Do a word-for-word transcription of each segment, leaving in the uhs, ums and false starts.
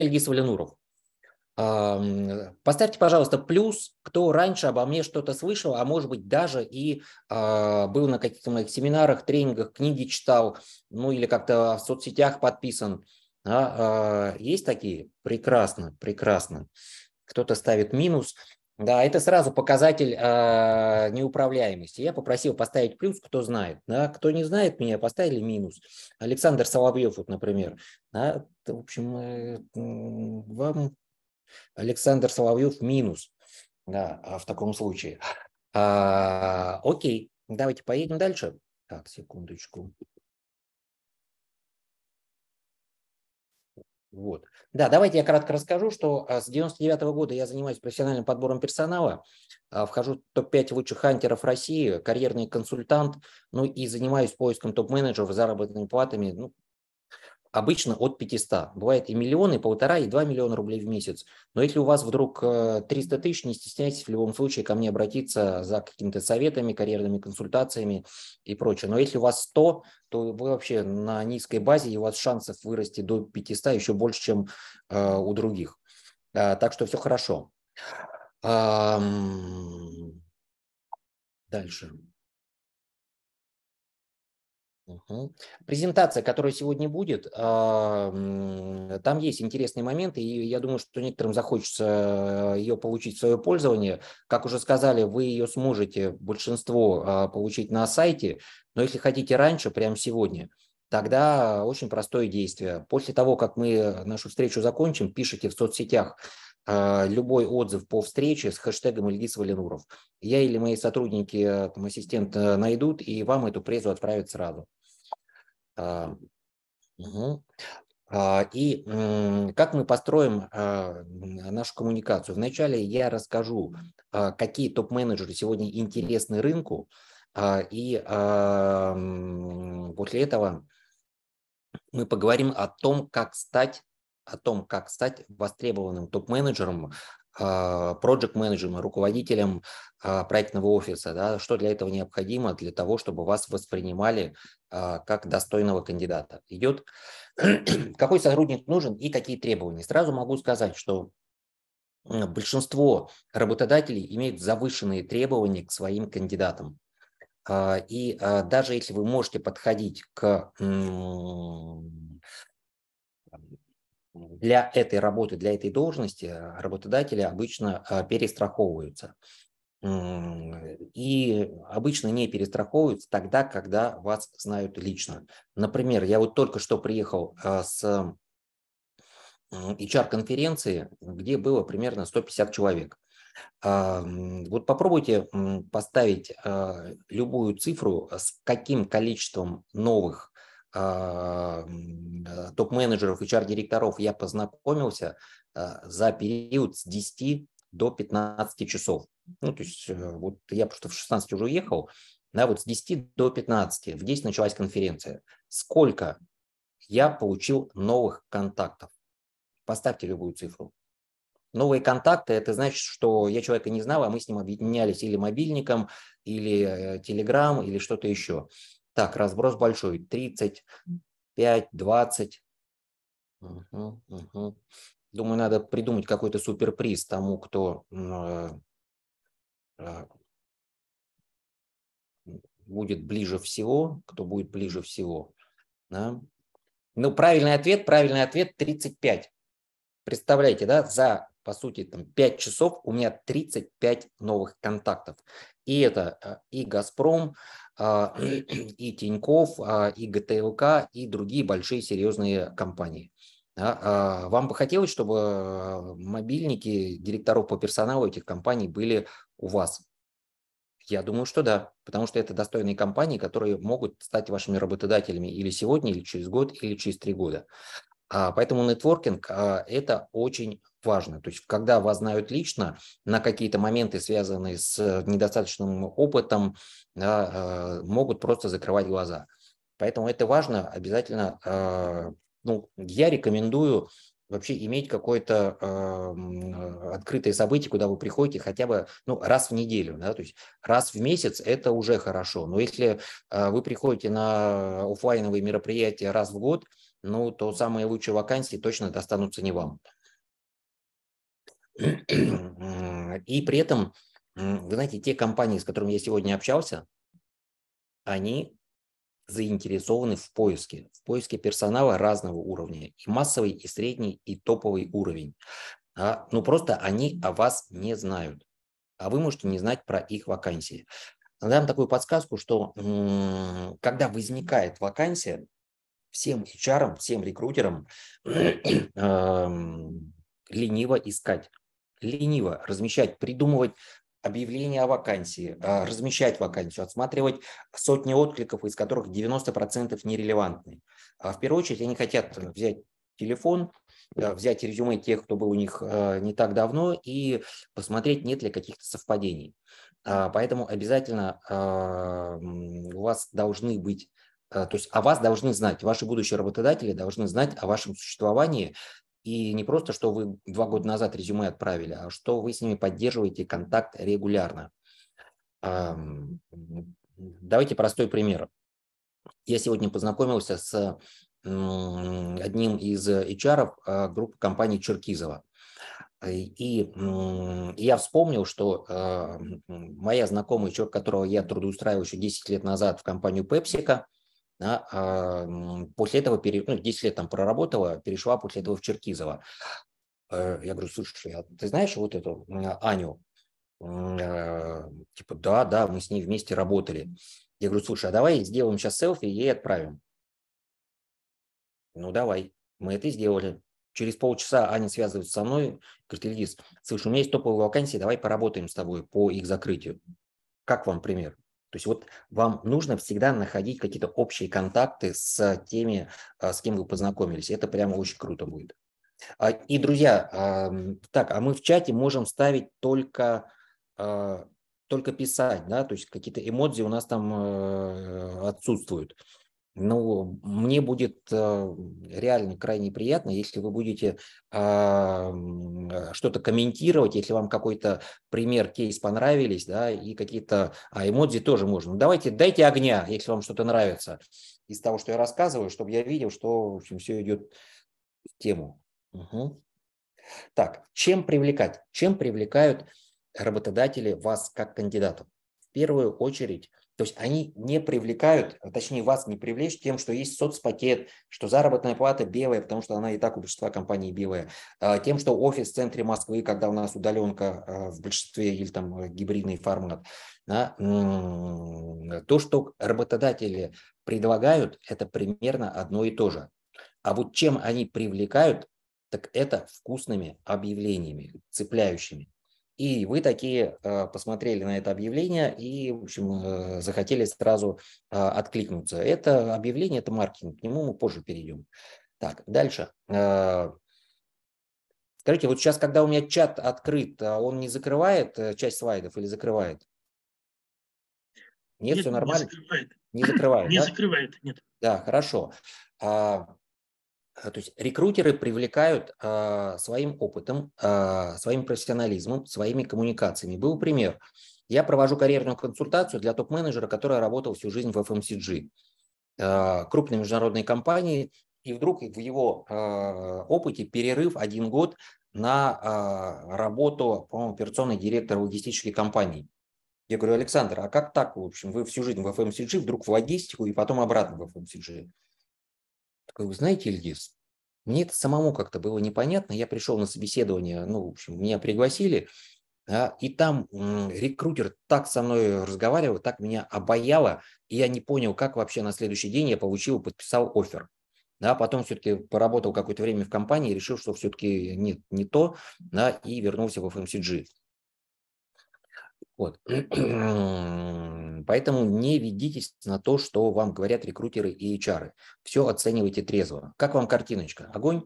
Ильгиз Валинуров. Поставьте, пожалуйста, плюс, кто раньше обо мне что-то слышал, а может быть даже и э, был на каких-то моих семинарах, тренингах, книги читал, ну или как-то в соцсетях подписан. Да, э, есть такие? Прекрасно, прекрасно. Кто-то ставит минус. Да, это сразу показатель э, неуправляемости. Я попросил поставить плюс, кто знает. Да? Кто не знает меня, поставили минус. Александр Соловьев, вот, например. Да? В общем, э, вам... Александр Соловьев минус, да, в таком случае. А, окей, давайте поедем дальше. Так, секундочку. Вот. Да, давайте я кратко расскажу, что с девяносто девятого года я занимаюсь профессиональным подбором персонала, вхожу в топ пять лучших хантеров России, карьерный консультант, ну и занимаюсь поиском топ-менеджеров с заработными платами, ну, обычно от пятисот. Бывает и миллион, и полтора, и два миллиона рублей в месяц. Но если у вас вдруг триста тысяч, не стесняйтесь в любом случае ко мне обратиться за какими-то советами, карьерными консультациями и прочее. Но если у вас сто, то вы вообще на низкой базе, и у вас шансов вырасти до пятисот еще больше, чем э, у других. А, так что все хорошо. А, дальше. Угу. Презентация, которая сегодня будет, там есть интересные моменты, и я думаю, что некоторым захочется ее получить в свое пользование. Как уже сказали, вы ее сможете, большинство, получить на сайте, но если хотите раньше, прямо сегодня, тогда очень простое действие. После того, как мы нашу встречу закончим, пишите в соцсетях любой отзыв по встрече с хэштегом Ильгиз Валинуров. Я или мои сотрудники, там, ассистент найдут, и вам эту презу отправят сразу. Uh, угу. uh, и um, как мы построим uh, нашу коммуникацию? Вначале я расскажу, uh, какие топ-менеджеры сегодня интересны рынку, uh, и uh, после этого мы поговорим о том, как стать, о том, как стать востребованным топ-менеджером, проект-менеджером, руководителем проектного офиса, да, что для этого необходимо, для того, чтобы вас воспринимали как достойного кандидата. Идет, какой сотрудник нужен и какие требования. Сразу могу сказать, что большинство работодателей имеют завышенные требования к своим кандидатам. И даже если вы можете подходить к... Для этой работы, для этой должности работодатели обычно перестраховываются. И обычно не перестраховываются тогда, когда вас знают лично. Например, я вот только что приехал с эйч ар-конференции, где было примерно сто пятьдесят человек. Вот попробуйте поставить любую цифру, с каким количеством новых топ-менеджеров, эйч ар-директоров я познакомился за период с десяти до пятнадцати часов. Ну, то есть вот я просто в шестнадцать уже уехал, да, вот с десяти до пятнадцати, в десять началась конференция. Сколько я получил новых контактов? Поставьте любую цифру. Новые контакты – это значит, что я человека не знал, а мы с ним объединялись или мобильником, или Telegram, или что-то еще. Так, разброс большой. тридцать, пять, двадцать. Угу, угу. Думаю, надо придумать какой-то суперприз тому, кто э, э, будет ближе всего, кто будет ближе всего. Да? Ну, правильный ответ, правильный ответ тридцать пять. Представляете, да, за, по сути, там, пять часов у меня тридцать пять новых контактов. И это и «Газпром», и Тинькофф, и гэ тэ эл ка, и другие большие серьезные компании. Вам бы хотелось, чтобы мобильники директоров по персоналу этих компаний были у вас? Я думаю, что да, потому что это достойные компании, которые могут стать вашими работодателями или сегодня, или через год, или через три года. Поэтому нетворкинг – это очень важно. То есть, когда вас знают лично, на какие-то моменты, связанные с недостаточным опытом, да, могут просто закрывать глаза. Поэтому это важно. Обязательно, ну, я рекомендую вообще иметь какое-то э, открытое событие, куда вы приходите хотя бы ну, раз в неделю. Да? То есть раз в месяц – это уже хорошо. Но если э, вы приходите на офлайновые мероприятия раз в год, ну, то самые лучшие вакансии точно достанутся не вам. И при этом, вы знаете, те компании, с которыми я сегодня общался, они заинтересованы в поиске, в поиске персонала разного уровня, и массовый, и средний, и топовый уровень. А, ну, просто они о вас не знают, а вы можете не знать про их вакансии. Дам такую подсказку, что м, когда возникает вакансия, всем эйч ар, всем рекрутерам эм, лениво искать, лениво размещать, придумывать объявление о вакансии, а, размещать вакансию, отсматривать сотни откликов, из которых девяносто процентов нерелевантны. А в первую очередь они хотят взять телефон, а, взять резюме тех, кто был у них а, не так давно, и посмотреть, нет ли каких-то совпадений. А, Поэтому обязательно а, м, у вас должны быть, а, то есть о вас должны знать, ваши будущие работодатели должны знать о вашем существовании, и не просто, что вы два года назад резюме отправили, а что вы с ними поддерживаете контакт регулярно. Ам, Давайте простой пример. Я сегодня познакомился с м, одним из эйч ар а, группы компании Черкизова. И м, я вспомнил, что а, м, моя знакомая, человек, которого я трудоустраивал еще десять лет назад в компанию PepsiCo, да, а, м, после этого, пере- ну, десять лет там проработала, перешла после этого в Черкизово. Э, Я говорю, слушай, а ты знаешь вот эту м, Аню? М, э, Типа, да, да, мы с ней вместе работали. Я говорю, слушай, а давай сделаем сейчас селфи и ей отправим. Ну, давай. Мы это и сделали. Через полчаса Аня связывается со мной, говорит, Ильгиз, слушай, у меня есть топовые вакансии, давай поработаем с тобой по их закрытию. Как вам пример? То есть вот вам нужно всегда находить какие-то общие контакты с теми, а, с кем вы познакомились. Это прямо очень круто будет. А, И, друзья, ам, так, а мы в чате можем ставить только, а, только писать, да, то есть какие-то эмодзи у нас там э, отсутствуют. Ну, мне будет э, реально крайне приятно, если вы будете а, м, э, что-то комментировать, если вам какой-то пример, кейс понравились, да, и какие-то, а эмодзи тоже можно. Ну, давайте, дайте огня, если вам что-то нравится из того, что я рассказываю, чтобы я видел, что, в общем, все идет в тему. Мгм. Так, чем привлекать? Чем привлекают работодатели вас как кандидатов? В первую очередь, то есть они не привлекают, а точнее вас не привлечь тем, что есть соцпакет, что заработная плата белая, потому что она и так у большинства компаний белая, а, тем, что офис в центре Москвы, когда у нас удаленка а, в большинстве или там э, гибридный формат. Да, то, что работодатели предлагают, это примерно одно и то же. А вот чем они привлекают, так это вкусными объявлениями, цепляющими. И вы такие э, посмотрели на это объявление и, в общем, э, захотели сразу э, откликнуться. Это объявление, это маркетинг, к нему мы позже перейдем. Так, дальше. Э, Скажите, вот сейчас, когда у меня чат открыт, а он не закрывает э, часть слайдов или закрывает? Нет, Нет, все не нормально? закрывает. Не закрывает, Не да? закрывает, нет. Да, хорошо. А, А, То есть рекрутеры привлекают а, своим опытом, а, своим профессионализмом, своими коммуникациями. Был пример. Я провожу карьерную консультацию для топ-менеджера, который работал всю жизнь в эф эм си джи, а, крупной международной компании, и вдруг в его а, опыте перерыв один год на а, работу, по-моему, операционный директор логистической компании. Я говорю, Александр, а как так, в общем, вы всю жизнь в эф эм си джи, вдруг в логистику и потом обратно в эф эм си джи? Такой, вы знаете, Ильгиз, мне это самому как-то было непонятно. Я пришел на собеседование, ну, в общем, меня пригласили, а, и там м, рекрутер так со мной разговаривал, так меня обаяло, и я не понял, как вообще на следующий день я получил, подписал оффер. Да, потом все-таки поработал какое-то время в компании, решил, что все-таки нет, не то, да, и вернулся в эф эм си джи. Вот. Поэтому не ведитесь на то, что вам говорят рекрутеры и эйч ар. Все оценивайте трезво. Как вам картиночка? Огонь?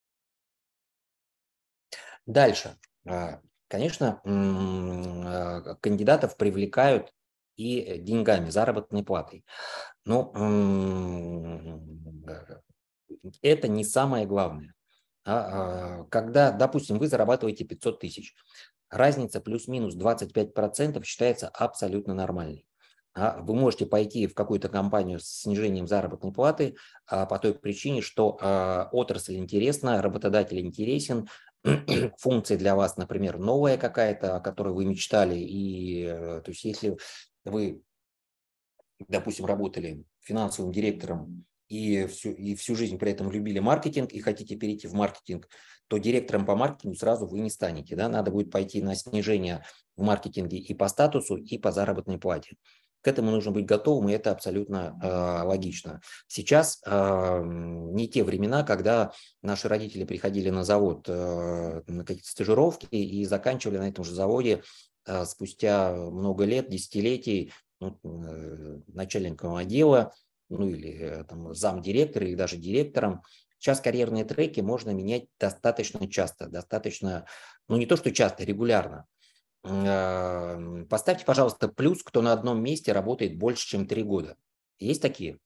Дальше. А, Конечно, м, а, кандидатов привлекают и деньгами, заработной платой. Но м, э, это не самое главное. А, а, Когда, допустим, вы зарабатываете пятьсот тысяч, разница плюс-минус двадцать пять процентов считается абсолютно нормальной. А вы можете пойти в какую-то компанию с снижением заработной платы а, по той причине, что а, отрасль интересна, работодатель интересен, функция для вас, например, новая какая-то, о которой вы мечтали. И, э, то есть если вы, допустим, работали финансовым директором и всю, и всю жизнь при этом любили маркетинг и хотите перейти в маркетинг, то директором по маркетингу сразу вы не станете. Да? Надо будет пойти на снижение в маркетинге и по статусу, и по заработной плате. К этому нужно быть готовым, и это абсолютно э, логично. Сейчас э, не те времена, когда наши родители приходили на завод э, на какие-то стажировки и заканчивали на этом же заводе э, спустя много лет, десятилетий, ну, э, начальником отдела, ну или э, там, замдиректора, или даже директором. Сейчас карьерные треки можно менять достаточно часто, достаточно, ну не то что часто, регулярно. Э, Поставьте, пожалуйста, плюс, кто на одном месте работает больше, чем три года. Есть такие?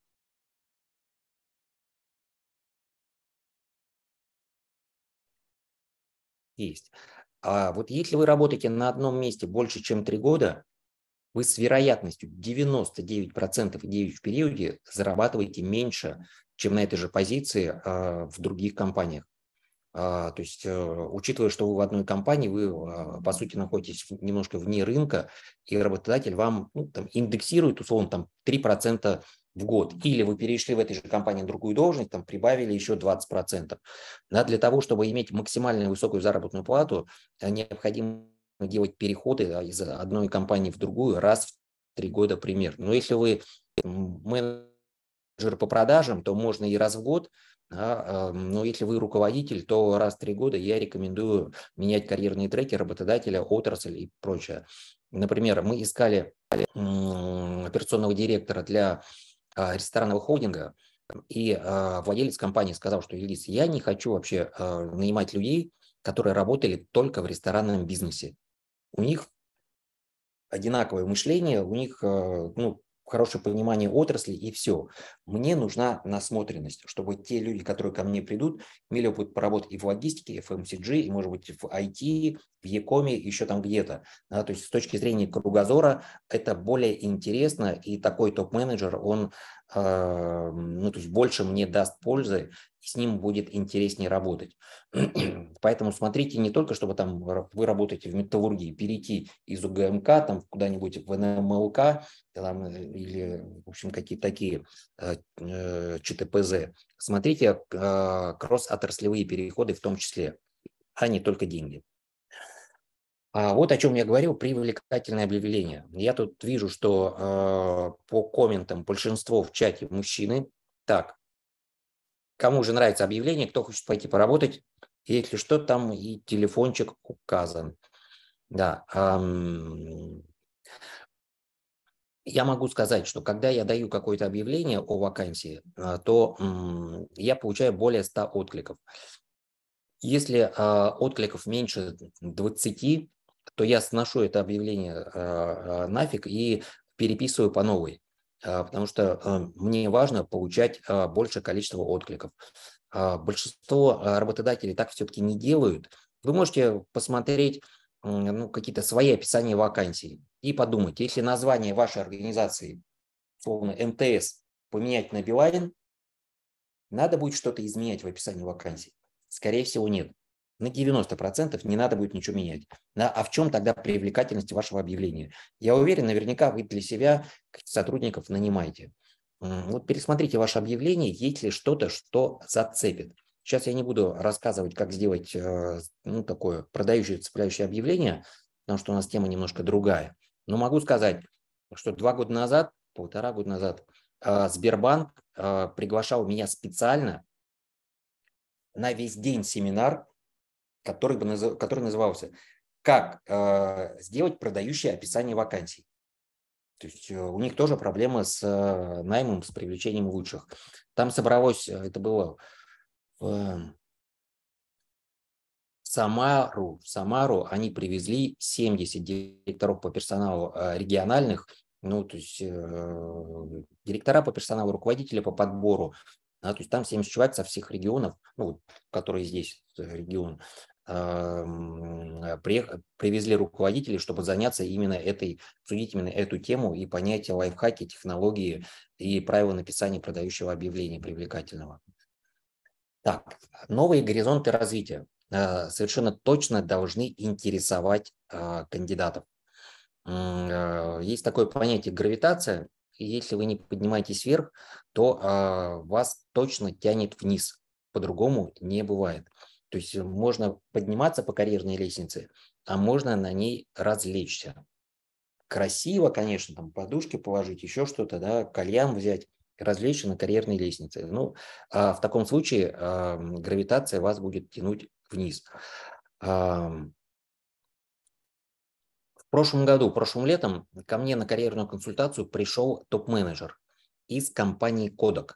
Есть. А вот если вы работаете на одном месте больше, чем три года, вы с вероятностью девяносто девять процентов и девять в периоде зарабатываете меньше, чем на этой же позиции а, в других компаниях. А, то есть, э, учитывая, что вы в одной компании, вы, а, по сути, находитесь в- немножко вне рынка, и работодатель вам ну, там, индексирует, условно, там, три процента в год. Или вы перешли в этой же компании на другую должность, там, прибавили еще двадцать процентов. Да, для того, чтобы иметь максимально высокую заработную плату, э, необходимо делать переходы да, из одной компании в другую раз в три года примерно. Но если вы м, менеджер по продажам, то можно и раз в год, да, а, но если вы руководитель, то раз в три года я рекомендую менять карьерные треки работодателя, отрасль и прочее. Например, мы искали м, операционного директора для а, ресторанного холдинга, и а, владелец компании сказал, что Ильис, я не хочу вообще а, нанимать людей, которые работали только в ресторанном бизнесе. У них одинаковое мышление, у них э, ну, хорошее понимание отрасли и все. Мне нужна насмотренность, чтобы те люди, которые ко мне придут, имели опыт поработать и в логистике, и в эф эм си джи, и, может быть, в ай ти, в Якоме, еще там где-то. Да, то есть с точки зрения кругозора это более интересно, и такой топ-менеджер, он э, ну, то есть больше мне даст пользы, и с ним будет интереснее работать. Поэтому смотрите не только, чтобы там вы работаете в металлургии, перейти из у гэ эм ка там куда-нибудь в эн эм эл ка там, или, в общем, какие-то такие э, э, че тэ пэ зэ. Смотрите э, кросс-отраслевые переходы в том числе, а не только деньги. А вот о чем я говорил, привлекательное объявление. Я тут вижу, что э, по комментам большинство в чате мужчины. Так, кому же нравится объявление, кто хочет пойти поработать, если что, там и телефончик указан. Да, ам, я могу сказать, что когда я даю какое-то объявление о вакансии, а, то м, я получаю более ста откликов. Если а, откликов меньше двадцати, то я сношу это объявление а, а, нафиг и переписываю по новой, А, потому что а, мне важно получать а, большее количество откликов. А, Большинство а, работодателей так все-таки не делают. Вы можете посмотреть м, ну, какие-то свои описания вакансий и подумать, если название вашей организации, словно эм тэ эс, поменять на Билайн, надо будет что-то изменять в описании вакансий? Скорее всего, нет. На девяносто процентов не надо будет ничего менять. Да, а в чем тогда привлекательность вашего объявления? Я уверен, наверняка вы для себя сотрудников нанимаете. Вот пересмотрите ваше объявление, есть ли что-то, что зацепит. Сейчас я не буду рассказывать, как сделать э, ну, такое продающее, цепляющее объявление, потому что у нас тема немножко другая. Но могу сказать, что два года назад, полтора года назад, э, Сбербанк э, приглашал меня специально на весь день семинар, который, бы назыв, который назывался «Как э, сделать продающее описание вакансий». То есть э, у них тоже проблема с э, наймом, с привлечением лучших. Там собралось, э, это было в э, Самару, в Самару они привезли семьдесят директоров по персоналу э, региональных, ну, то есть э, директора по персоналу, руководители по подбору, да, то есть там семьдесят человек со всех регионов, ну, которые здесь э, регион. привезли руководителей, чтобы заняться именно этой, обсудить именно эту тему и понять лайфхаки, технологии и правила написания продающего объявления привлекательного. Так, новые горизонты развития совершенно точно должны интересовать кандидатов. Есть такое понятие гравитация, и если вы не поднимаетесь вверх, то вас точно тянет вниз. По-другому не бывает. То есть можно подниматься по карьерной лестнице, а можно на ней развлечься. Красиво, конечно, там подушки положить, еще что-то, да, кальян взять, развлечься на карьерной лестнице. Ну, а в таком случае а, гравитация вас будет тянуть вниз. А, в прошлом году, прошлым летом ко мне на карьерную консультацию пришел топ-менеджер из компании Kodak.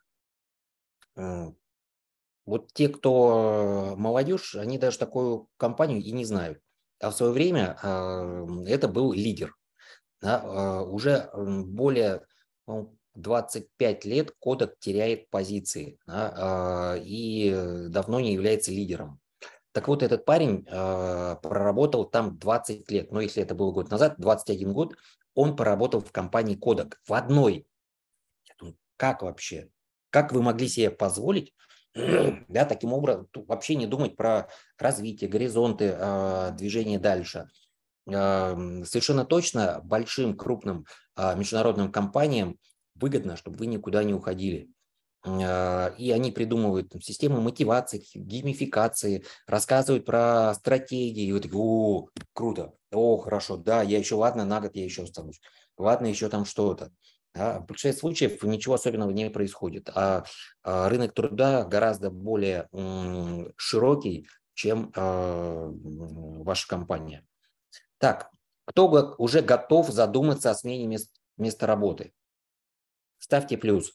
Вот те, кто молодежь, они даже такую компанию и не знают. А в свое время э, это был лидер. Да, э, уже более ну, двадцать пять лет Kodak теряет позиции, да, э, и давно не является лидером. Так вот, этот парень э, проработал там двадцать лет. Но если это было год назад, двадцать один год, он проработал в компании Kodak. В одной. Я думаю, как вообще? Как вы могли себе позволить, да, таким образом, вообще не думать про развитие, горизонты, э, движение дальше? Э, совершенно точно большим, крупным э, международным компаниям выгодно, чтобы вы никуда не уходили. Э, и они придумывают там, системы мотивации, геймификации, рассказывают про стратегии. И вы такие, о, круто, о, хорошо, да, я еще, ладно, на год я еще останусь. Ладно, еще там что-то. Да, в большинстве случаев ничего особенного не происходит, а, а рынок труда гораздо более м, широкий, чем а, ваша компания. Так, кто уже готов задуматься о смене мест, места работы? Ставьте плюс.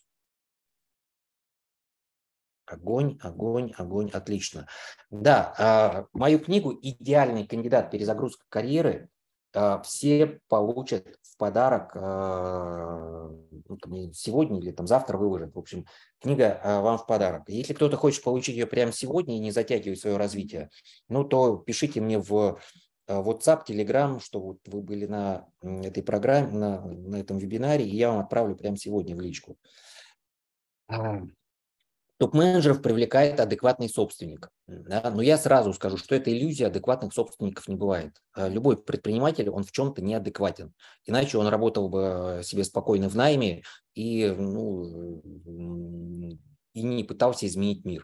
Огонь, огонь, огонь, отлично. Да, мою книгу «Идеальный кандидат. Перезагрузка карьеры» все получат в подарок сегодня или там завтра выложат. В общем, книга вам в подарок. Если кто-то хочет получить ее прямо сегодня и не затягивать свое развитие, ну то пишите мне в WhatsApp, Telegram, что вот вы были на этой программе, на, на этом вебинаре, и я вам отправлю прямо сегодня в личку. Топ-менеджеров привлекает адекватный собственник. Да? Но я сразу скажу, что это иллюзия, адекватных собственников не бывает. Любой предприниматель, он в чем-то неадекватен. Иначе он работал бы себе спокойно в найме и, ну, и не пытался изменить мир.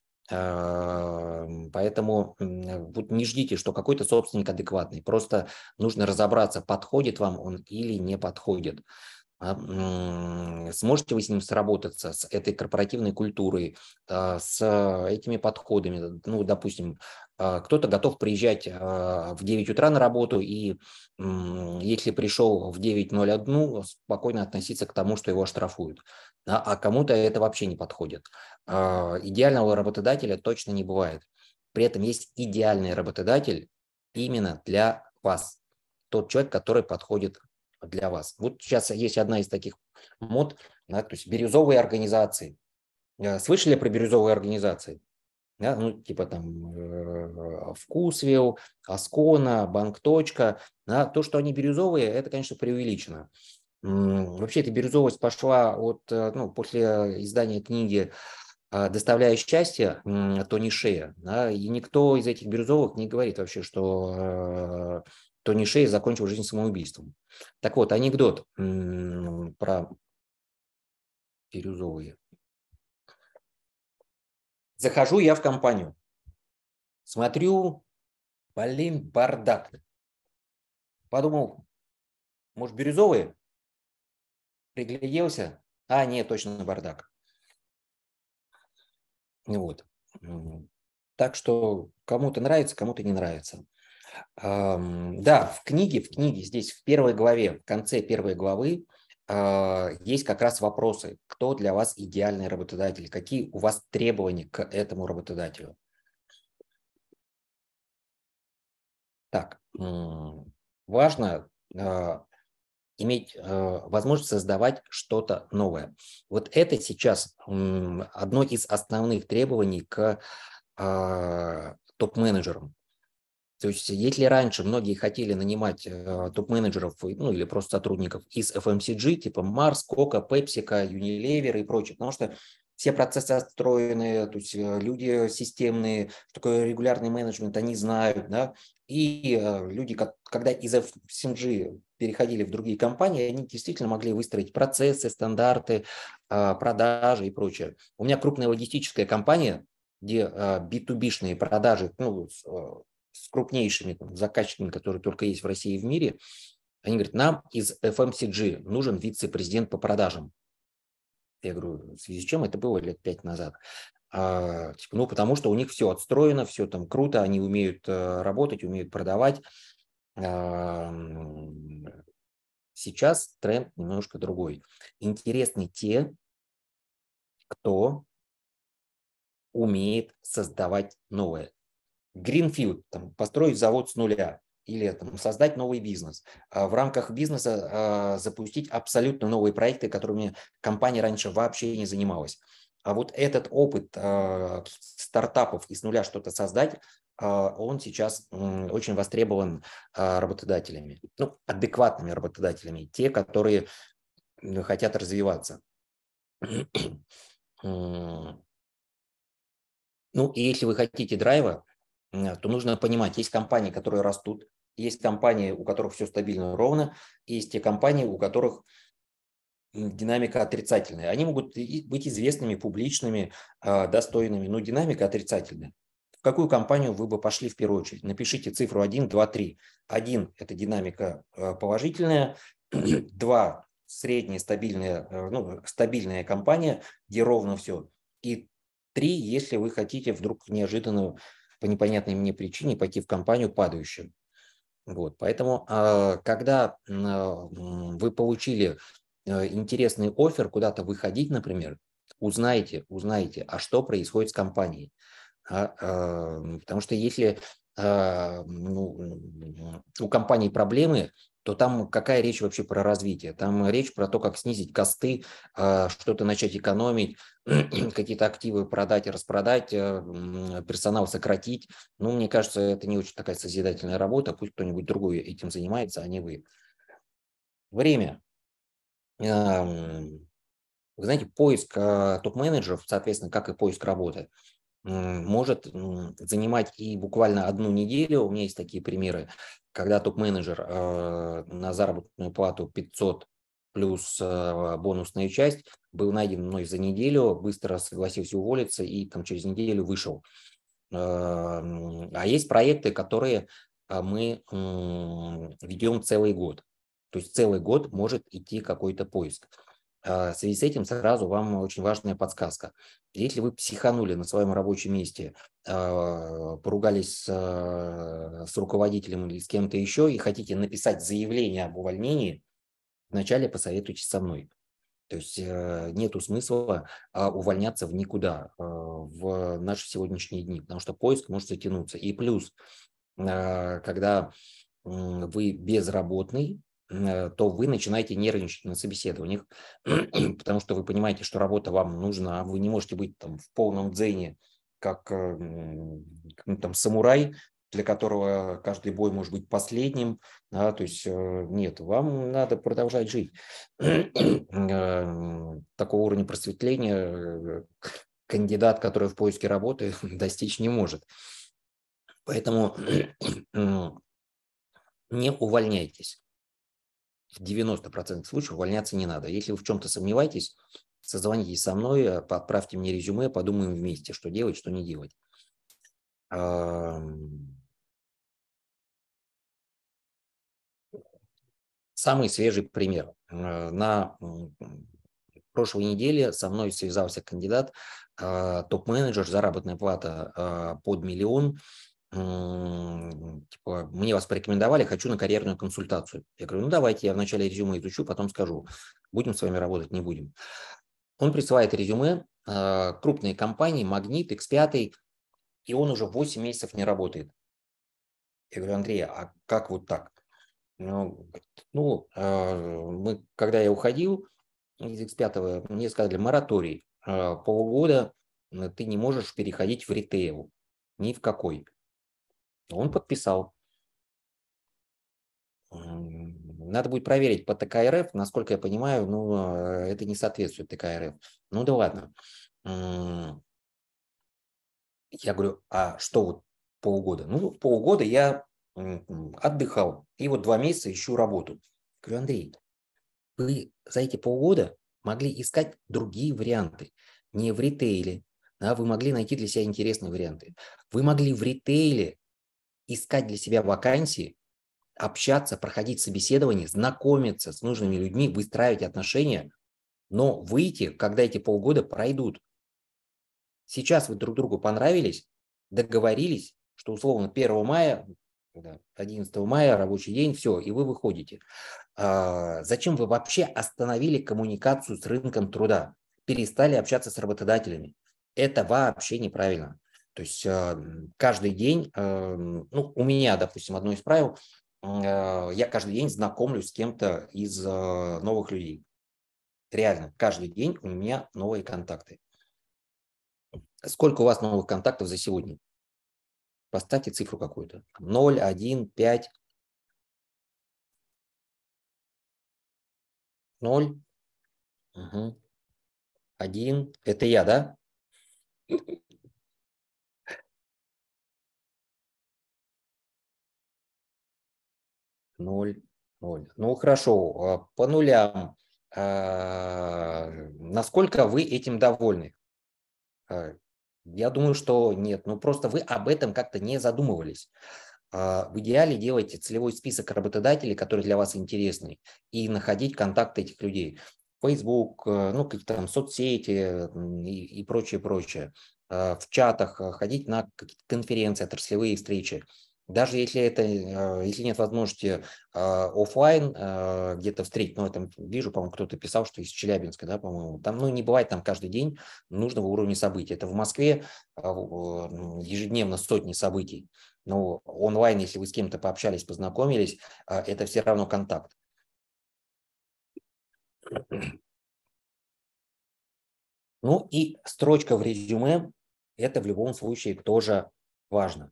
Поэтому вот не ждите, что какой-то собственник адекватный. Просто нужно разобраться, подходит вам он или не подходит. Сможете вы с ним сработаться, с этой корпоративной культурой, с этими подходами. Ну, допустим, кто-то готов приезжать в девять утра на работу и, если пришел в девять ноль один, спокойно относиться к тому, что его оштрафуют. А кому-то это вообще не подходит. Идеального работодателя точно не бывает. При этом есть идеальный работодатель именно для вас. Тот человек, который подходит для вас. Вот сейчас есть одна из таких мод, да, то есть бирюзовые организации. Слышали про бирюзовые организации? Да, ну, типа там э, Вкусвилл, Аскона, Банк. Да, то, что они бирюзовые, это, конечно, преувеличено. Вообще эта бирюзовость пошла от, ну, после издания книги «Доставляя счастье» Тони Шея. Да, и никто из этих бирюзовых не говорит вообще, что Тони Шей закончил жизнь самоубийством. Так вот, анекдот про бирюзовые. Захожу я в компанию, смотрю, блин, бардак. Подумал, может, бирюзовые? Пригляделся. А, нет, точно бардак. Вот. Так что кому-то нравится, кому-то не нравится. Да, в книге, в книге, здесь в первой главе, в конце первой главы есть как раз вопросы, кто для вас идеальный работодатель, какие у вас требования к этому работодателю. Так, важно иметь возможность создавать что-то новое. Вот это сейчас одно из основных требований к топ-менеджерам. То есть если раньше многие хотели нанимать э, топ-менеджеров, ну или просто сотрудников из эф эм си джи, типа Mars, Coca, PepsiCo, Unilever и прочее, потому что все процессы отстроены, то есть э, люди системные, что такое регулярный менеджмент, они знают, да, и э, люди, как, когда из эф эм си джи переходили в другие компании, они действительно могли выстроить процессы, стандарты, э, продажи и прочее. У меня крупная логистическая компания, где э, би ту би-шные продажи, ну, с, э, с крупнейшими там, заказчиками, которые только есть в России и в мире, они говорят, нам из эф эм си джи нужен вице-президент по продажам. Я говорю, в связи с чем это было лет пять назад? А, типа, ну, потому что у них все отстроено, все там круто, они умеют а, работать, умеют продавать. А, сейчас тренд немножко другой. Интересны те, кто умеет создавать новое. Greenfield, там, построить завод с нуля или там, создать новый бизнес. А в рамках бизнеса а, запустить абсолютно новые проекты, которыми компания раньше вообще не занималась. А вот этот опыт а, стартапов и с нуля что-то создать, а, он сейчас м, очень востребован а, работодателями, ну, адекватными работодателями, те, которые м, хотят развиваться. Ну, и если вы хотите драйва, м, то нужно понимать, есть компании, которые растут, есть компании, у которых все стабильно ровно, и есть те компании, у которых м, динамика отрицательная. Они могут и быть известными, публичными, а, достойными, но динамика отрицательная. В какую компанию вы бы пошли в первую очередь? Напишите цифру один, два, три. один– это динамика а, положительная, два– средняя стабильная, э, ну, стабильная компания, где ровно все. И три, если вы хотите вдруг неожиданно по непонятной мне причине пойти в компанию падающую. Вот, поэтому, а, когда м, а, м, вы получили э, интересный оффер куда-то выходить, например, узнайте, узнайте, а что происходит с компанией. А, а, потому что если а, ну, м, у компании проблемы, то там какая речь вообще про развитие? Там речь про то, как снизить косты, а, что-то начать экономить, какие-то активы продать и распродать, а, м, персонал сократить. Ну, мне кажется, это не очень такая созидательная работа, пусть кто-нибудь другой этим занимается, а не вы. Время. Ам, Вы знаете, поиск а, топ-менеджеров, соответственно, как и поиск работы, м, может м, занимать и буквально одну неделю. У меня есть такие примеры, когда топ-менеджер э, на заработную плату пятьсот плюс э, бонусная часть был найден мной за неделю, быстро согласился уволиться и там через неделю вышел. Э, м, А есть проекты, которые а, мы м, ведем целый год. То есть целый год может идти какой-то поиск. А, В связи с этим сразу вам очень важная подсказка. Если вы психанули на своем рабочем месте, а, поругались с, а, с руководителем или с кем-то еще и хотите написать заявление об увольнении, вначале посоветуйтесь со мной. То есть э, нету смысла а, увольняться в никуда а, в наши сегодняшние дни, потому что поиск может затянуться. И плюс, а, когда м, вы безработный, э, то вы начинаете нервничать на собеседованиях, потому что вы понимаете, что работа вам нужна, вы не можете быть там в полном дзене, как э, м, ну, там самурай, для которого каждый бой может быть последним, да, то есть э, нет, вам надо продолжать жить. Э, Такого уровня просветления э, кандидат, который в поиске работы, достичь не может. Поэтому не увольняйтесь. В девяноста процентах случаев увольняться не надо. Если вы в чем-то сомневаетесь, созвонитесь со мной, э, отправьте мне резюме, подумаем вместе, что делать, что не делать. Ам, Самый свежий пример. Э, На м, прошлой неделе со мной связался кандидат, а, топ-менеджер, заработная плата а, под миллион. М, Типа, мне вас порекомендовали, хочу на карьерную консультацию. Я говорю, ну давайте, я вначале резюме изучу, потом скажу, будем с вами работать, не будем. Он присылает резюме, а, крупные компании, Магнит, икс пять, и он уже восемь месяцев не работает. Я говорю, Андрей, а как вот так? Ну, ну, а, мы, когда я уходил из икс пять, мне сказали, мораторий, а, полгода э, ты не можешь переходить в ритейл, ни в какой. Он подписал. Надо будет проверить по тэ ка эр эф, насколько я понимаю, ну, это не соответствует тэ ка эр эф. Ну да ладно. Я говорю, а что вот полгода? Ну, полгода я отдыхал, и вот два месяца ищу работу. Говорю, Андрей, вы за эти полгода могли искать другие варианты, не в ритейле, да, вы могли найти для себя интересные варианты. Вы могли в ритейле искать для себя вакансии, общаться, проходить собеседование, знакомиться с нужными людьми, выстраивать отношения, но выйти, когда эти полгода пройдут. Сейчас вы друг другу понравились, договорились, что условно первого мая, одиннадцатого мая рабочий день, все, и вы выходите. А зачем вы вообще остановили коммуникацию с рынком труда? Перестали общаться с работодателями? Это вообще неправильно. То есть каждый день, ну, у меня, допустим, одно из правил, я каждый день знакомлюсь с кем-то из новых людей. Реально, каждый день у меня новые контакты. Сколько у вас новых контактов за сегодня? Поставьте цифру какую-то. ноль, один, пять. ноль. Угу. один. Это я, да? ноль, ноль. Ну, хорошо. По нулям. Насколько вы этим довольны? Я думаю, что нет. Ну, просто вы об этом как-то не задумывались. В идеале делайте целевой список работодателей, которые для вас интересны, и находить контакты этих людей. Facebook, ну, какие-то там соцсети и, и прочее, прочее. В чатах, ходить на какие-то конференции, отраслевые встречи. Даже если это, если нет возможности офлайн где-то встретить, ну, я там вижу, по-моему, кто-то писал, что из Челябинска, да, по-моему, там, ну, не бывает там каждый день нужного уровня событий. Это в Москве ежедневно сотни событий. Но онлайн, если вы с кем-то пообщались, познакомились, это все равно контакт. Ну и строчка в резюме, это в любом случае тоже важно.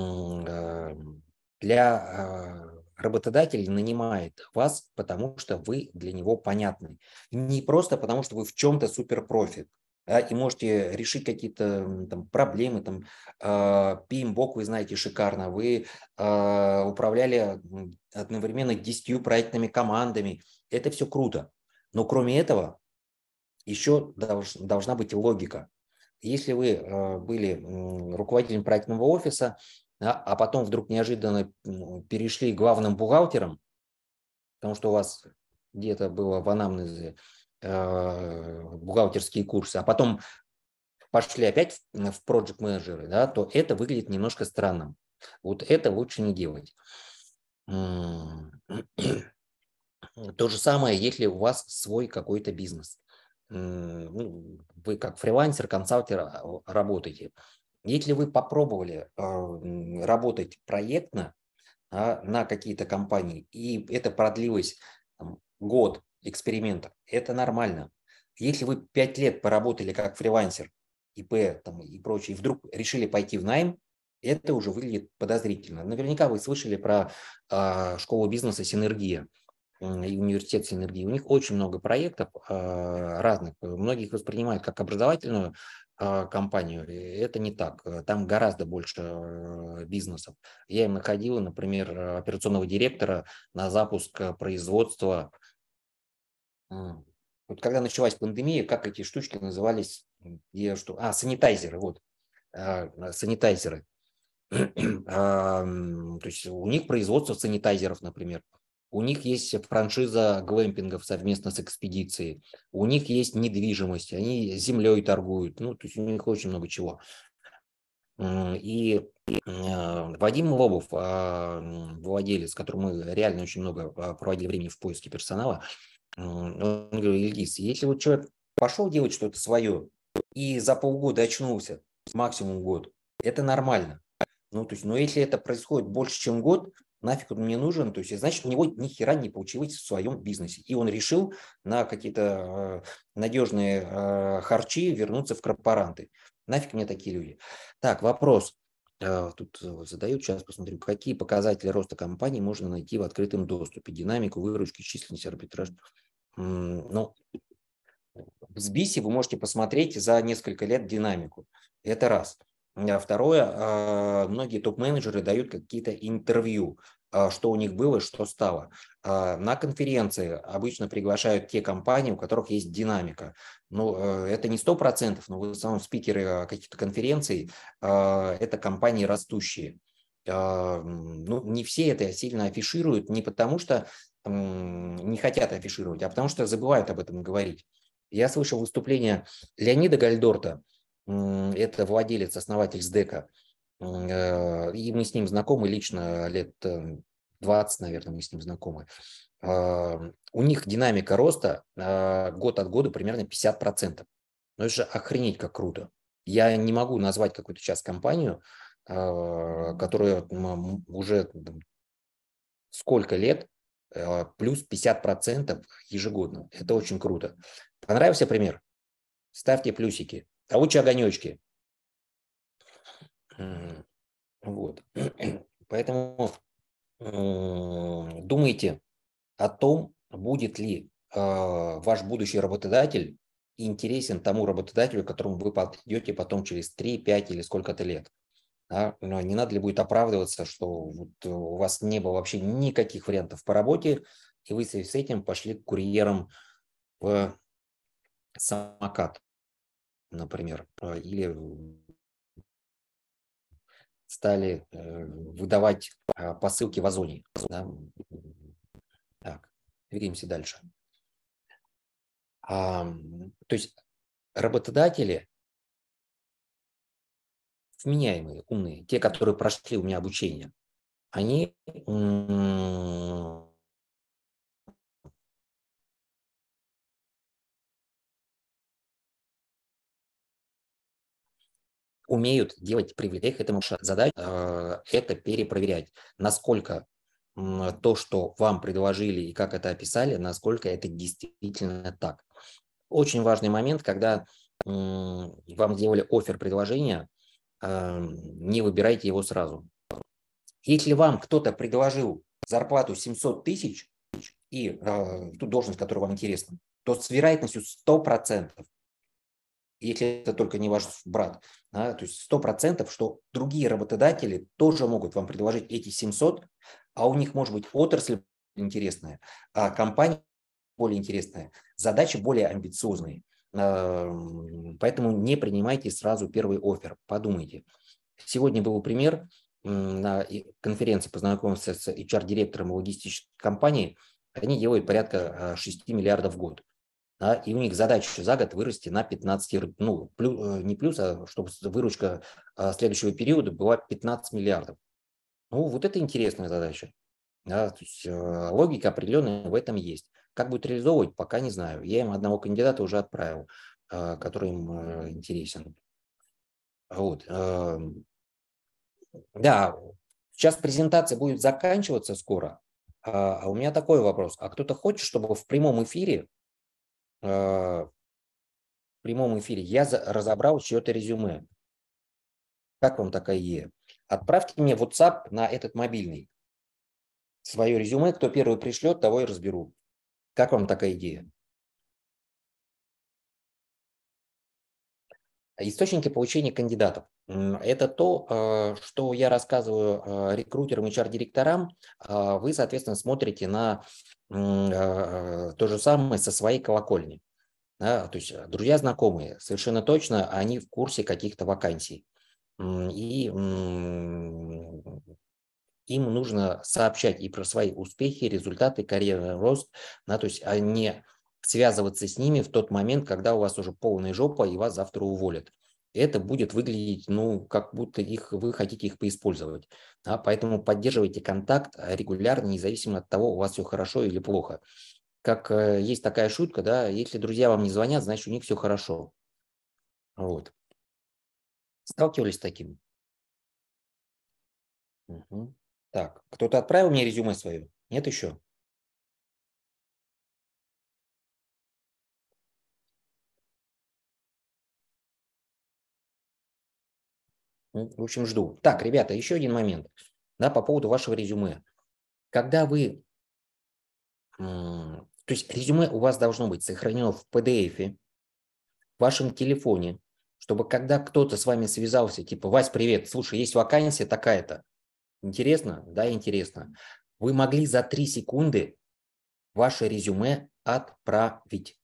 Для работодателей нанимает вас, потому что вы для него понятны. Не просто потому, что вы в чем-то суперпрофи. Да, и можете решить какие-то там проблемы, там, пи эм бок вы знаете шикарно, вы э, управляли одновременно десятью проектными командами, это все круто. Но кроме этого, еще долж, должна быть логика. Если вы э, были э, руководителем проектного офиса, да, а потом вдруг неожиданно перешли главным бухгалтером, потому что у вас где-то было в анамнезе э, бухгалтерские курсы, а потом пошли опять в project менеджеры, да, то это выглядит немножко странным. Вот это лучше не делать. То же самое, если у вас свой какой-то бизнес. Вы как фрилансер, консалтер работаете. Если вы попробовали работать проектно на какие-то компании, и это продлилось там, год эксперимента, это нормально. Если вы пять лет поработали как фрилансер, ИП там, и прочее, и вдруг решили пойти в найм, это уже выглядит подозрительно. Наверняка вы слышали про э, школу бизнеса «Синергия» и университет «Синергии». У них очень много проектов э, разных. Многие их воспринимают как образовательную э, компанию. Это не так. Там гораздо больше э, бизнесов. Я им находил, например, операционного директора на запуск производства. Вот когда началась пандемия, как эти штучки назывались? Где, что? А, санитайзеры, вот. А, санитайзеры. А, то есть у них производство санитайзеров, например. У них есть франшиза глэмпингов совместно с экспедицией. У них есть недвижимость, они землей торгуют. Ну, то есть у них очень много чего. И Вадим Лобов, владелец, с которым мы реально очень много проводили времени в поиске персонала, он говорит: Ильгиз, если вот человек пошел делать что-то свое и за полгода очнулся, максимум год, это нормально. Ну, то есть, но если это происходит больше, чем год, нафиг он мне нужен, то есть, значит, у него ни хера не получилось в своем бизнесе. И он решил на какие-то э, надежные э, харчи вернуться в корпоранты. Нафиг мне такие люди. Так, вопрос. Тут задают, сейчас посмотрю, какие показатели роста компании можно найти в открытом доступе, динамику, выручки, численность, арбитраж. Ну, в Сбисе вы можете посмотреть за несколько лет динамику. Это раз. А второе, многие топ-менеджеры дают какие-то интервью, что у них было, что стало. На конференции обычно приглашают те компании, у которых есть динамика. Ну, это не сто процентов, но в основном спикеры каких-то конференций – это компании растущие. Ну, не все это сильно афишируют, не потому что не хотят афишировать, а потому что забывают об этом говорить. Я слышал выступление Леонида Гальдорта, это владелец, основатель СДЭКа, и мы с ним знакомы лично лет двадцать, наверное, мы с ним знакомы. У них динамика роста год от года примерно пятьдесят процентов. Ну, это же охренеть как круто. Я не могу назвать какую-то сейчас компанию, которая уже сколько лет, плюс пятьдесят процентов ежегодно. Это очень круто. Понравился пример? Ставьте плюсики. А лучше огонечки. Вот. Поэтому думайте о том, будет ли ваш будущий работодатель интересен тому работодателю, которому вы подойдете потом через три, пять или сколько-то лет. Да? Но не надо ли будет оправдываться, что вот у вас не было вообще никаких вариантов по работе, и вы с этим пошли курьером в самокат, например, или стали выдавать посылки в Озоне. Да? Так, двигаемся дальше. А, то есть работодатели вменяемые, умные, те, которые прошли у меня обучение, они умеют делать привилегии, этому задать, это перепроверять, насколько то, что вам предложили и как это описали, насколько это действительно так. Очень важный момент, когда вам сделали оффер предложения, не выбирайте его сразу. Если вам кто-то предложил зарплату семьсот тысяч и э, ту должность, которая вам интересна, то с вероятностью сто процентов, если это только не ваш брат, да, то есть сто процентов, что другие работодатели тоже могут вам предложить эти семьсот, а у них может быть отрасль интересная, а компания более интересная, задачи более амбициозные. Поэтому не принимайте сразу первый оффер, подумайте. Сегодня был пример, на конференции познакомился с эйч ар-директором логистической компании, они делают порядка шести миллиардов в год. Да, и у них задача за год вырасти на пятнадцать, ну, плюс, не плюс, а чтобы выручка следующего периода была пятнадцать миллиардов. Ну, вот это интересная задача. Да, то есть логика определенная в этом есть. Как будет реализовывать, пока не знаю. Я им одного кандидата уже отправил, который им интересен. Вот. Да, сейчас презентация будет заканчиваться скоро, а у меня такой вопрос. А кто-то хочет, чтобы в прямом эфире, в прямом эфире я разобрал чье-то резюме? Как вам такая идея? Отправьте мне в WhatsApp на этот мобильный свое резюме. Кто первый пришлет, того и разберу. Как вам такая идея? Источники получения кандидатов. Это то, что я рассказываю рекрутерам, эйч ар-директорам. Вы, соответственно, смотрите на то же самое со своей колокольни. Да, то есть друзья, знакомые, совершенно точно они в курсе каких-то вакансий. И им нужно сообщать и про свои успехи, результаты, карьерный рост, да, то есть а не связываться с ними в тот момент, когда у вас уже полная жопа и вас завтра уволят. Это будет выглядеть, ну, как будто их, вы хотите их поиспользовать. Да, поэтому поддерживайте контакт регулярно, независимо от того, у вас все хорошо или плохо. Как э, есть такая шутка, да, если друзья вам не звонят, значит, у них все хорошо. Вот. Сталкивались с таким? Угу. Так, кто-то отправил мне резюме свое? Нет еще? В общем, жду. Так, ребята, еще один момент, да, по поводу вашего резюме. Когда вы, то есть резюме у вас должно быть сохранено в пи ди эф, в вашем телефоне, чтобы когда кто-то с вами связался, типа, Вась, привет, слушай, есть вакансия такая-то, интересно? Да, интересно. Вы могли за три секунды ваше резюме отправить.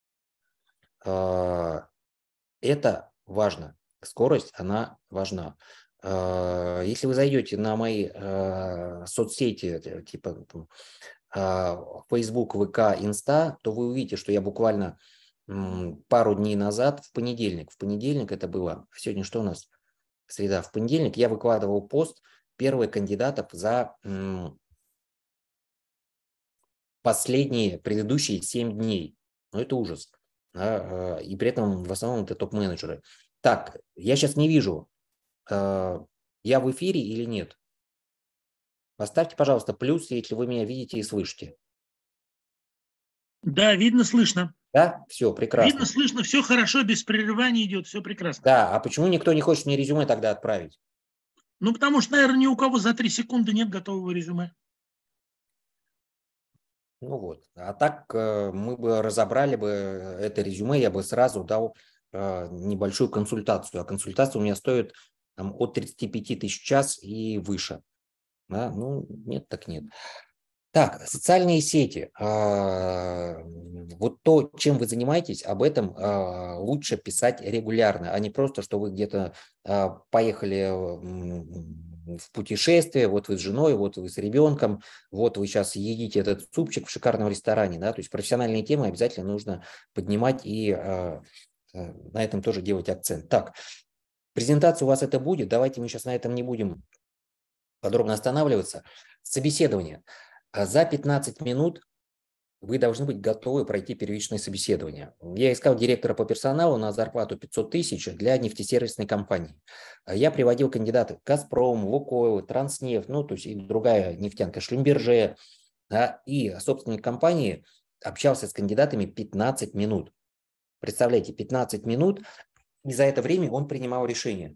Это важно. Скорость, она важна. Если вы зайдете на мои соцсети, типа Facebook, ВК, Инста, то вы увидите, что я буквально пару дней назад, в понедельник, в понедельник это было, сегодня что у нас? Среда. В понедельник я выкладывал пост первых кандидатов за последние, предыдущие семь дней. Ну, это ужас. Да? И при этом в основном это топ-менеджеры. Так, я сейчас не вижу, я в эфире или нет. Поставьте, пожалуйста, плюс, если вы меня видите и слышите. Да, видно, слышно. Да, все, прекрасно. Видно, слышно, все хорошо, без прерываний идет, все прекрасно. Да, а почему никто не хочет мне резюме тогда отправить? Ну, потому что, наверное, ни у кого за три секунды нет готового резюме. Ну вот, а так мы бы разобрали бы это резюме, я бы сразу дал небольшую консультацию, а консультация у меня стоит там, от тридцати пяти тысяч в час и выше. Да? Ну, нет, так нет. Так, социальные сети. Вот то, чем вы занимаетесь, об этом лучше писать регулярно, а не просто, что вы где-то поехали в путешествие, вот вы с женой, вот вы с ребенком, вот вы сейчас едите этот супчик в шикарном ресторане. Да? То есть профессиональные темы обязательно нужно поднимать и на этом тоже делать акцент. Так, презентация у вас это будет, давайте мы сейчас на этом не будем подробно останавливаться. Собеседование. За пятнадцать минут вы должны быть готовы пройти первичное собеседование. Я искал директора по персоналу на зарплату пятьсот тысяч для нефтесервисной компании. Я приводил кандидатов «Газпром», «Лукойл», «Транснефть», ну, то есть и другая нефтянка, «Шлюмберже», да, и собственник компании общался с кандидатами пятнадцать минут. Представляете, пятнадцать минут, и за это время он принимал решение.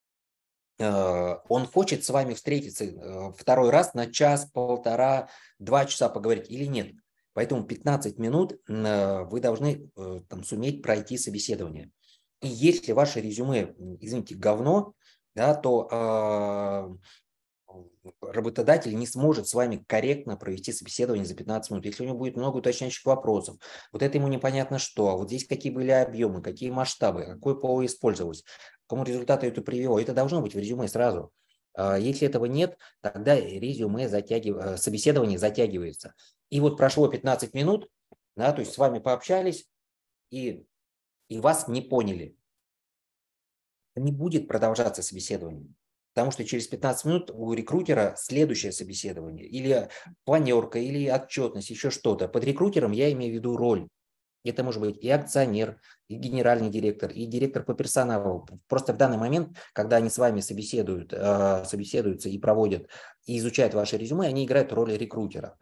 Он хочет с вами встретиться второй раз на час, полтора, два часа поговорить или нет. Поэтому пятнадцать минут вы должны там, суметь пройти собеседование. И если ваше резюме, извините, говно, да, то э, работодатель не сможет с вами корректно провести собеседование за пятнадцать минут. Если у него будет много уточняющих вопросов, вот это ему непонятно что, а вот здесь какие были объемы, какие масштабы, какое ПО использовалось, к какому результату это привело, это должно быть в резюме сразу. Если этого нет, тогда резюме затягив... собеседование затягивается. И вот прошло пятнадцать минут, да, то есть с вами пообщались, и, и вас не поняли. Не будет продолжаться собеседование. Потому что через пятнадцать минут у рекрутера следующее собеседование. Или планерка, или отчетность, еще что-то. Под рекрутером я имею в виду роль. Это может быть и акционер, и генеральный директор, и директор по персоналу. Просто в данный момент, когда они с вами собеседуют, собеседуются и проводят, и изучают ваше резюме, они играют роль рекрутера.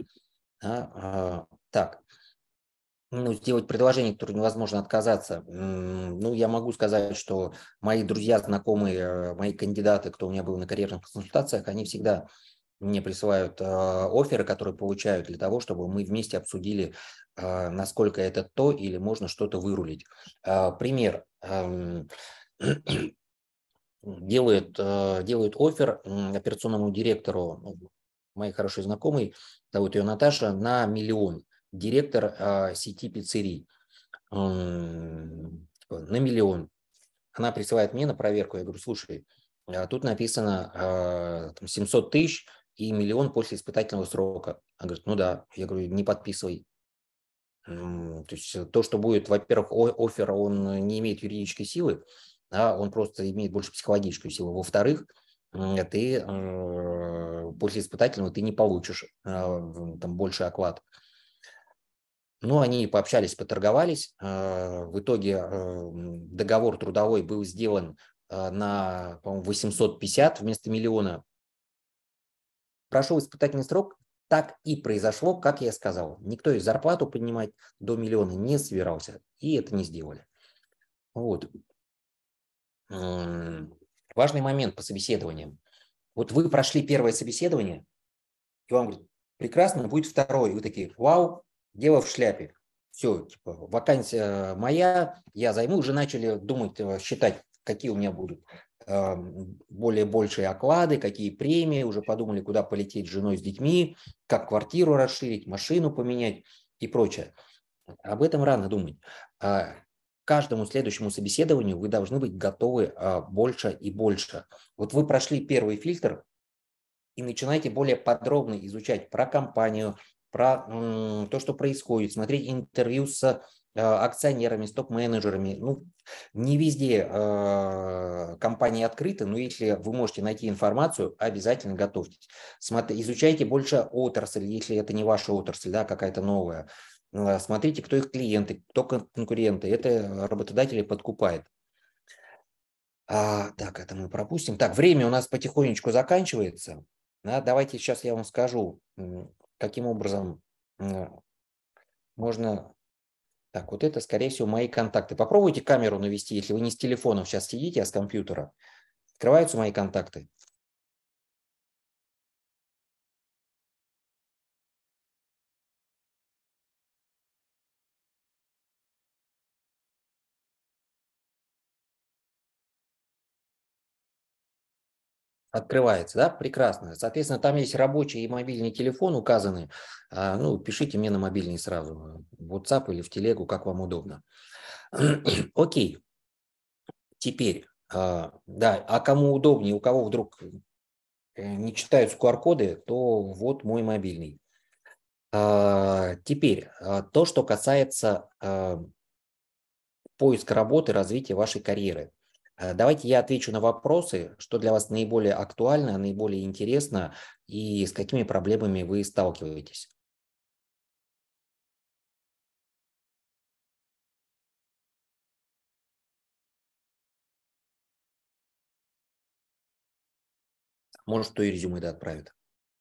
Так. Ну, сделать предложение, которое невозможно отказаться. Ну, я могу сказать, что мои друзья, знакомые, мои кандидаты, кто у меня был на карьерных консультациях, они всегда мне присылают офферы, которые получают для того, чтобы мы вместе обсудили, насколько это то или можно что-то вырулить. Пример. Делают, делают оффер операционному директору, моей хорошей знакомой, зовут ее Наташа, на миллион. Директор э, сети пиццерий э, на миллион. Она присылает мне на проверку. Я говорю, слушай, а тут написано э, там семьсот тысяч и миллион после испытательного срока. Она говорит, ну да. Я говорю, не подписывай. То есть то, что будет, во-первых, оффер, он не имеет юридической силы, а он просто имеет больше психологическую силу. Во-вторых, ты э, после испытательного ты не получишь э, там больше оклад. Ну, они пообщались, поторговались. В итоге договор трудовой был сделан на, по-моему, восемьсот пятьдесят вместо миллиона. Прошел испытательный срок, так и произошло, как я сказал. Никто их зарплату поднимать до миллиона не собирался, и это не сделали. Вот. Важный момент по собеседованиям. Вот вы прошли первое собеседование, и вам говорят, прекрасно, будет второе. И вы такие, вау, дело в шляпе. Все, типа, вакансия моя, я займу. Уже начали думать, считать, какие у меня будут э, более большие оклады, какие премии. Уже подумали, куда полететь с женой, с детьми, как квартиру расширить, машину поменять и прочее. Об этом рано думать. К каждому следующему собеседованию вы должны быть готовы больше и больше. Вот вы прошли первый фильтр и начинаете более подробно изучать про компанию, про м, то, что происходит, смотреть интервью с э, акционерами, с топ-менеджерами. Ну, не везде э, компании открыты, но если вы можете найти информацию, обязательно готовьтесь. Смотри, изучайте больше отрасль, если это не ваша отрасль, да, какая-то новая. Смотрите, кто их клиенты, кто конкуренты. Это работодатели подкупает. А, так, это мы пропустим. Так, время у нас потихонечку заканчивается. Да, давайте сейчас я вам скажу, каким образом можно... Так, вот это, скорее всего, мои контакты. Попробуйте камеру навести, если вы не с телефоном сейчас сидите, а с компьютера. Открываются мои контакты. Открывается, да? Прекрасно. Соответственно, там есть рабочий и мобильный телефон указаны. Ну, пишите мне на мобильный сразу, в WhatsApp или в телегу, как вам удобно. Окей. Теперь, да, а кому удобнее, у кого вдруг не читают ку ар коды, то вот мой мобильный. Теперь, то, что касается поиска работы, развития вашей карьеры. Давайте я отвечу на вопросы, что для вас наиболее актуально, наиболее интересно и с какими проблемами вы сталкиваетесь. Может, кто и резюме да, отправит.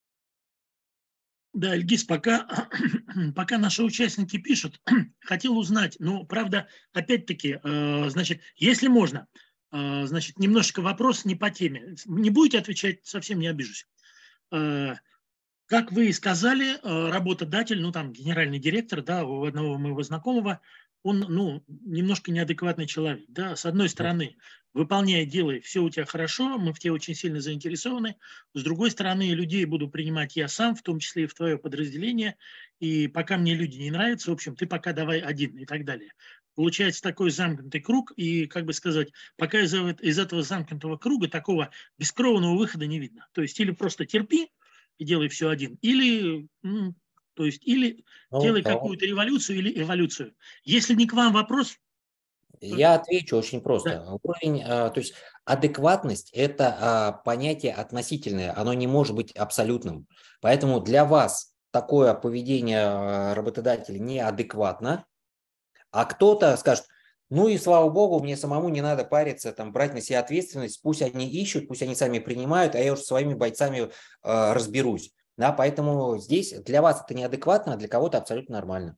Да, Ильгиз, пока, пока наши участники пишут, хотел узнать, ну, правда, опять-таки, э, значит, если можно, э, значит, немножечко вопрос не по теме. Не будете отвечать, совсем не обижусь. Э, как вы и сказали, э, работодатель, ну, там, генеральный директор, да, у одного моего знакомого, он, ну, немножко неадекватный человек, да, с одной стороны, выполняя, делай, все у тебя хорошо, мы в тебе очень сильно заинтересованы, с другой стороны, людей буду принимать я сам, в том числе и в твое подразделение, и пока мне люди не нравятся, в общем, ты пока давай один и так далее. Получается такой замкнутый круг, и, как бы сказать, пока из, из этого замкнутого круга такого бескровного выхода не видно. То есть или просто терпи, и делай все один, или, ну, то есть, или Ну, делай да. какую-то революцию или эволюцию. Если не к вам вопрос... Я отвечу очень просто. Да. Уровень, то есть адекватность – это понятие относительное, оно не может быть абсолютным. Поэтому для вас такое поведение работодателя неадекватно, а кто-то скажет, ну и слава богу, мне самому не надо париться, там, брать на себя ответственность, пусть они ищут, пусть они сами принимают, а я уже со своими бойцами э, разберусь. Да, поэтому здесь для вас это неадекватно, а для кого-то абсолютно нормально.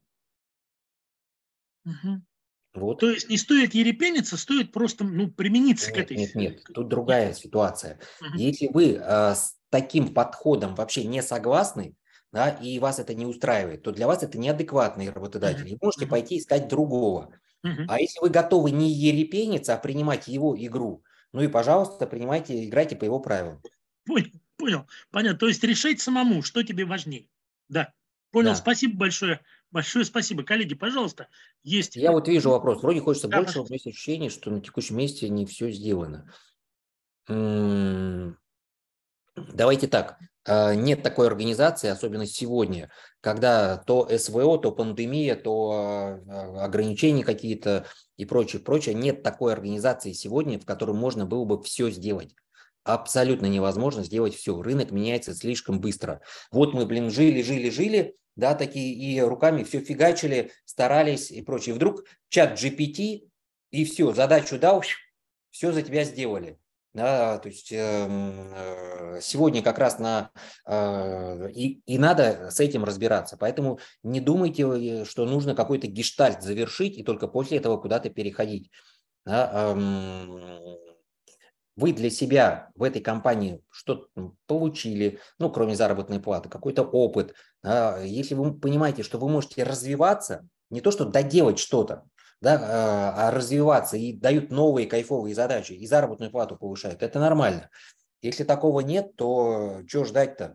Угу. Вот. То есть не стоит ерепениться, стоит просто, ну, примениться Нет, к этой... нет, нет, тут Нет. другая ситуация. Угу. Если вы э, с таким подходом вообще не согласны, да, и вас это не устраивает, то для вас это неадекватный работодатель. И можете Угу. пойти искать другого. Угу. А если вы готовы не ерепениться, а принимать его игру, ну и, пожалуйста, принимайте, играйте по его правилам. Понял, понял, понятно. То есть решать самому, что тебе важнее. Да, понял, Да. спасибо большое. Большое спасибо. Коллеги, пожалуйста, есть... Я вот вижу вопрос. Вроде хочется Да, больше, но есть ощущение, что на текущем месте не все сделано. М-м- Давайте так. Нет такой организации, особенно сегодня, когда то эс вэ о, то пандемия, то ограничения какие-то и прочее, прочее. Нет такой организации сегодня, в которой можно было бы все сделать. Абсолютно невозможно сделать все. Рынок меняется слишком быстро. Вот мы, блин, жили, жили, жили, да, такие, и руками все фигачили, старались и прочее. Вдруг чат джи пи ти, и все, задачу дал, все за тебя сделали. Да, то есть э, сегодня как раз на э, и, и надо с этим разбираться. Поэтому не думайте, что нужно какой-то гештальт завершить и только после этого куда-то переходить. Да, эм, вы для себя в этой компании что-то получили, ну, кроме заработной платы, какой-то опыт, да, если вы понимаете, что вы можете развиваться, не то что доделать что-то, да, а развиваться и дают новые кайфовые задачи, и заработную плату повышают, это нормально. Если такого нет, то что ждать-то?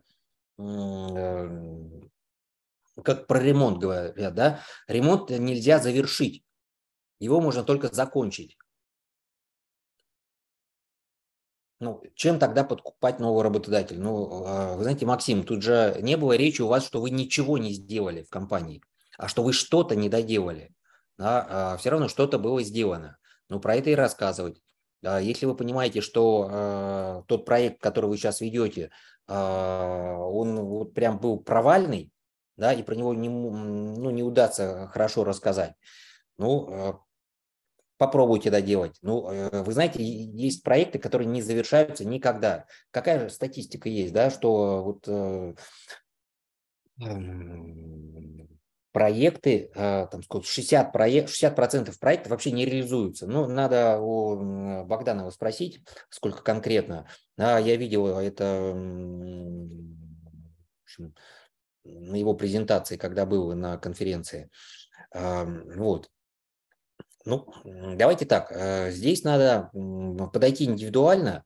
Как про ремонт говорят, да? Ремонт нельзя завершить, его можно только закончить. Ну, чем тогда подкупать нового работодателя? Ну, вы знаете, Максим, тут же не было речи у вас, что вы ничего не сделали в компании, а что вы что-то не доделали. Да? А все равно что-то было сделано. Ну, про это и рассказывать. А если вы понимаете, что э, тот проект, который вы сейчас ведете, э, он вот прям был провальный, да, и про него не, ну, не удастся хорошо рассказать, ну, попробуйте доделать. Ну, вы знаете, есть проекты, которые не завершаются никогда. Какая же статистика есть, да, что вот э, проекты, э, там, сколько, шестьдесят процентов проектов вообще не реализуются. Ну, надо у Богданова спросить, сколько конкретно. Да, я видел это в общем, на его презентации, когда был на конференции. Вот. Ну, давайте так, здесь надо подойти индивидуально.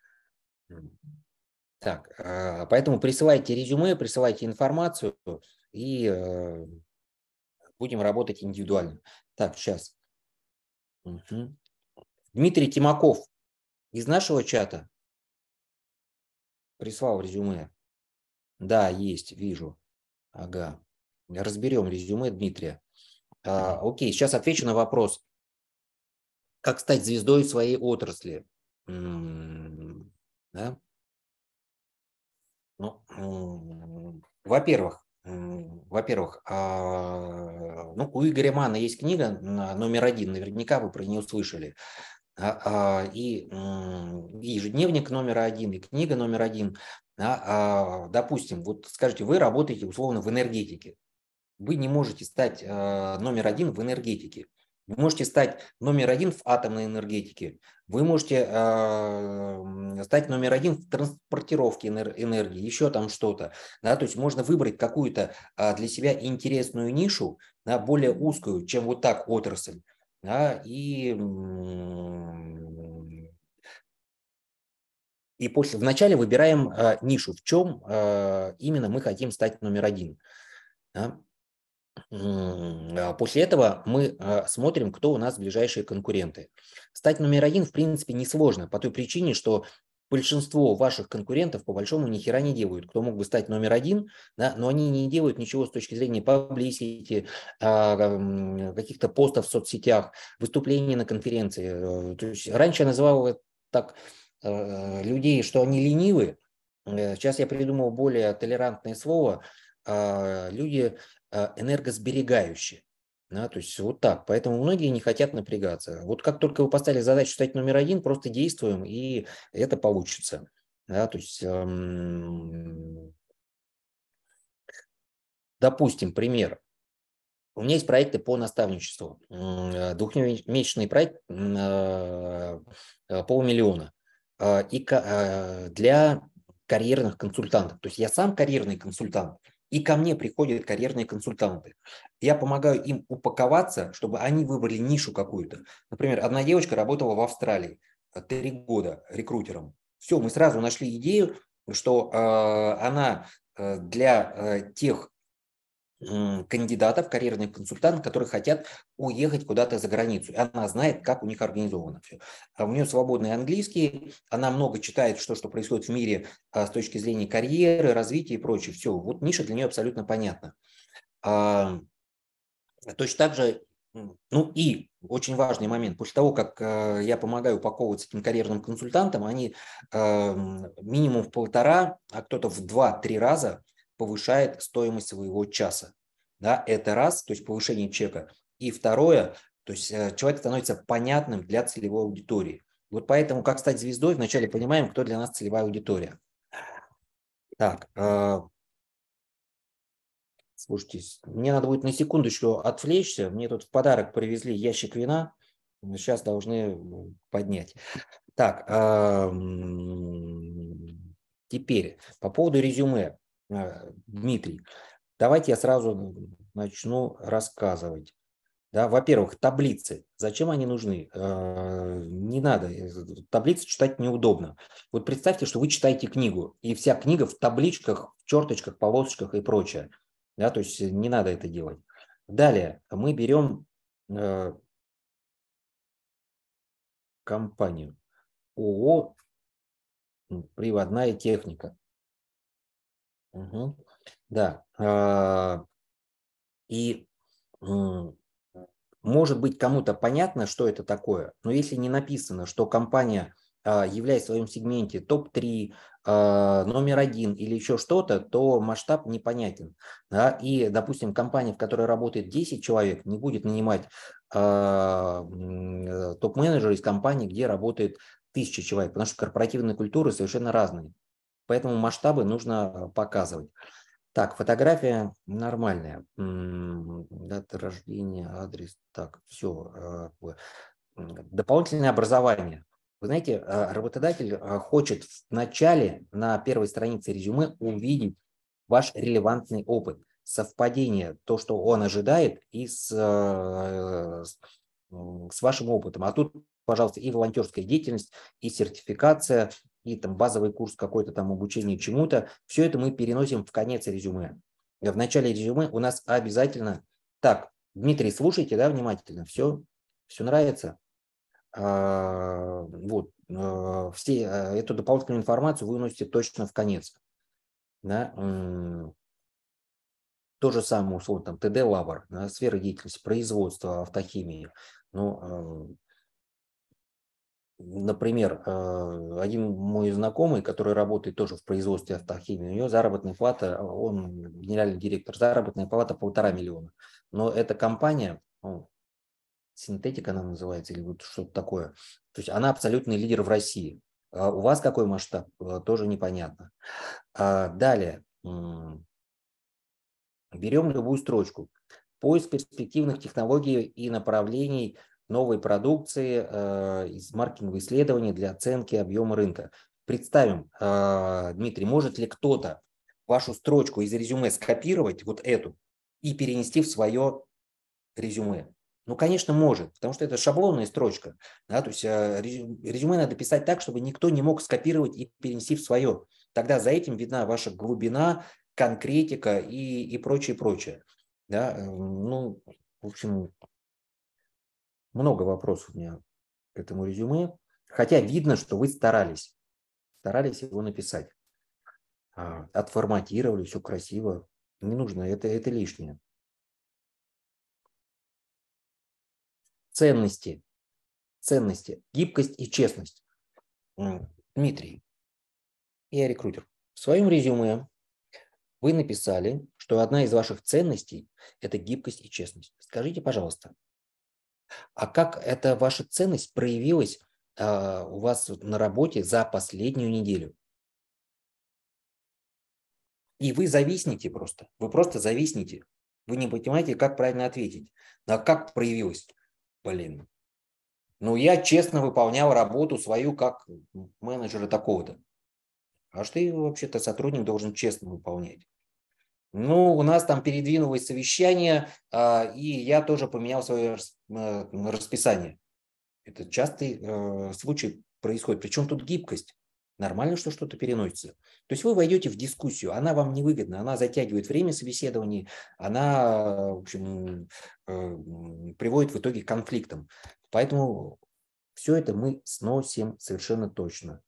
Так, поэтому присылайте резюме, присылайте информацию, и будем работать индивидуально. Так, сейчас. Угу. Дмитрий Тимаков из нашего чата прислал резюме. Да, есть, вижу. Ага. Разберем резюме Дмитрия. А, окей, сейчас отвечу на вопрос. Как стать звездой своей отрасли? М-м, да? Ну, во-первых, во-первых, ну, у Игоря Манна есть книга номер один, наверняка вы про нее слышали. И, и ежедневник номер один, и книга номер один. Допустим, вот скажите, вы работаете условно в энергетике. Вы не можете стать номер один в энергетике. Вы можете стать номер один в атомной энергетике. Вы можете э, стать номер один в транспортировке энергии, еще там что-то. Да, то есть можно выбрать какую-то э, для себя интересную нишу, да, более узкую, чем вот так отрасль. Да, и, и после, вначале выбираем э, нишу, в чем э, именно мы хотим стать номер один. Да. После этого мы смотрим, кто у нас ближайшие конкуренты. Стать номер один, в принципе, несложно, по той причине, что большинство ваших конкурентов по большому ни хера не делают. Кто мог бы стать номер один, да, но они не делают ничего с точки зрения publicity, каких-то постов в соцсетях, выступлений на конференции. То есть раньше я называл так людей, что они ленивы. Сейчас я придумал более толерантное слово. Люди энергосберегающие. Да, то есть вот так. Поэтому многие не хотят напрягаться. Вот как только вы поставили задачу стать номер один, просто действуем, и это получится. Да, то есть, эм, допустим, пример. У меня есть проекты по наставничеству. Двухмесячный проект полмиллиона. И для карьерных консультантов. То есть я сам карьерный консультант, и ко мне приходят карьерные консультанты. Я помогаю им упаковаться, чтобы они выбрали нишу какую-то. Например, одна девочка работала в Австралии три года рекрутером. Все, мы сразу нашли идею, что э, она э, для э, тех э, кандидатов, карьерных консультантов, которые хотят уехать куда-то за границу. И она знает, как у них организовано все. А у нее свободный английский, она много читает, что, что происходит в мире а, с точки зрения карьеры, развития и прочее. Все, вот ниша для нее абсолютно понятна. А, точно так же, ну и очень важный момент, после того, как э, я помогаю упаковываться этим карьерным консультантам, они э, минимум в полтора, а кто-то в два-три раза повышает стоимость своего часа. Да, это раз, то есть повышение чека. И второе, то есть э, человек становится понятным для целевой аудитории. Вот поэтому, как стать звездой, вначале понимаем, кто для нас целевая аудитория. Так, э, слушайте, мне надо будет на секундочку отвлечься. Мне тут в подарок привезли ящик вина. Сейчас должны поднять. Так, теперь по поводу резюме, Дмитрий, давайте я сразу начну рассказывать. Да, во-первых, таблицы. Зачем они нужны? Не надо. Таблицы читать неудобно. Вот представьте, что вы читаете книгу, и вся книга в табличках, в черточках, полосочках и прочее. Да, то есть не надо это делать. Далее мы берем компанию ООО «Приводная техника». Угу. Да. И может быть кому-то понятно, что это такое, но если не написано, что компания является в своем сегменте топ три, номер один или еще что-то, то масштаб непонятен. Да? И, допустим, компания, в которой работает десять человек, не будет нанимать топ-менеджера из компании, где работает тысяча человек, потому что корпоративные культуры совершенно разные. Поэтому масштабы нужно показывать. Так, фотография нормальная. Дата рождения, адрес. Так, все. Дополнительное образование. Вы знаете, работодатель хочет в начале на первой странице резюме увидеть ваш релевантный опыт, совпадение, то, что он ожидает, и с, с, с вашим опытом. А тут, пожалуйста, и волонтерская деятельность, и сертификация, и там базовый курс какой-то там обучения чему-то. Все это мы переносим в конец резюме. В начале резюме у нас обязательно... Так, Дмитрий, слушайте, да, внимательно. Все, все нравится? А, вот, а, все, а, эту дополнительную информацию вы уносите точно в конец. Да? То же самое, условно, там, тэ дэ-лабор, да, сфера деятельности, производства, автохимии. Ну, например, один мой знакомый, который работает тоже в производстве автохимии, у него заработная плата, он генеральный директор, заработная плата полтора миллиона. Но эта компания, ну, Синтетика она называется, или вот что-то такое, то есть она абсолютный лидер в России. А у вас какой масштаб, тоже непонятно. А далее, берем любую строчку. Поиск перспективных технологий и направлений новой продукции э, из маркетинговых исследований для оценки объема рынка. Представим, э, Дмитрий, может ли кто-то вашу строчку из резюме скопировать, вот эту, и перенести в свое резюме? Ну, конечно, может, потому что это шаблонная строчка. Да, то есть э, резюме надо писать так, чтобы никто не мог скопировать и перенести в свое. Тогда за этим видна ваша глубина, конкретика и, и прочее, прочее. Да, ну, в общем, много вопросов у меня к этому резюме. Хотя видно, что вы старались. Старались его написать. Отформатировали, все красиво. Не нужно, это, это лишнее. Ценности. Ценности. Гибкость и честность. Дмитрий, я рекрутер. В своем резюме вы написали, что одна из ваших ценностей – это гибкость и честность. Скажите, пожалуйста, а как эта ваша ценность проявилась а, у вас на работе за последнюю неделю? И вы зависнете просто. Вы просто зависнете. Вы не понимаете, как правильно ответить. А как проявилось? Блин. Ну, я честно выполнял работу свою как менеджера такого-то. А что ты вообще-то сотрудник должен честно выполнять? Ну, у нас там передвинулось совещание, и я тоже поменял свое расписание. Это частый случай происходит. Причем тут гибкость. Нормально, что что-то переносится. То есть вы войдете в дискуссию, она вам невыгодна, она затягивает время собеседований, она, в общем, приводит в итоге к конфликтам. Поэтому все это мы сносим совершенно точно.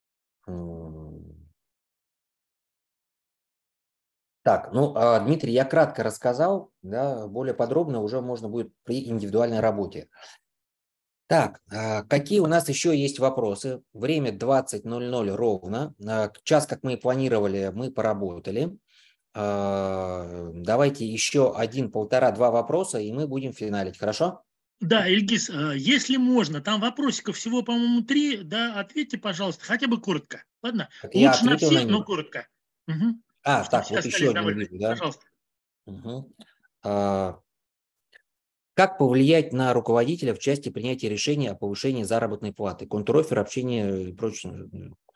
Так, ну, Дмитрий, я кратко рассказал, да, более подробно уже можно будет при индивидуальной работе. Так, какие у нас еще есть вопросы? Время двадцать ноль ноль ровно. Час, как мы и планировали, мы поработали. Давайте еще один, полтора, два вопроса, и мы будем финалить, хорошо? Да, Ильгиз, если можно, там вопросиков всего, по-моему, три, да, ответьте, пожалуйста, хотя бы коротко. Ладно? Так я Лучше на ответил на все, но них. коротко. Угу. А, Чтобы так, все вот еще остались один довольны. вижу, да? Пожалуйста. Угу. А, Как повлиять на руководителя в части принятия решения о повышении заработной платы? Контрофер, общение и прочее.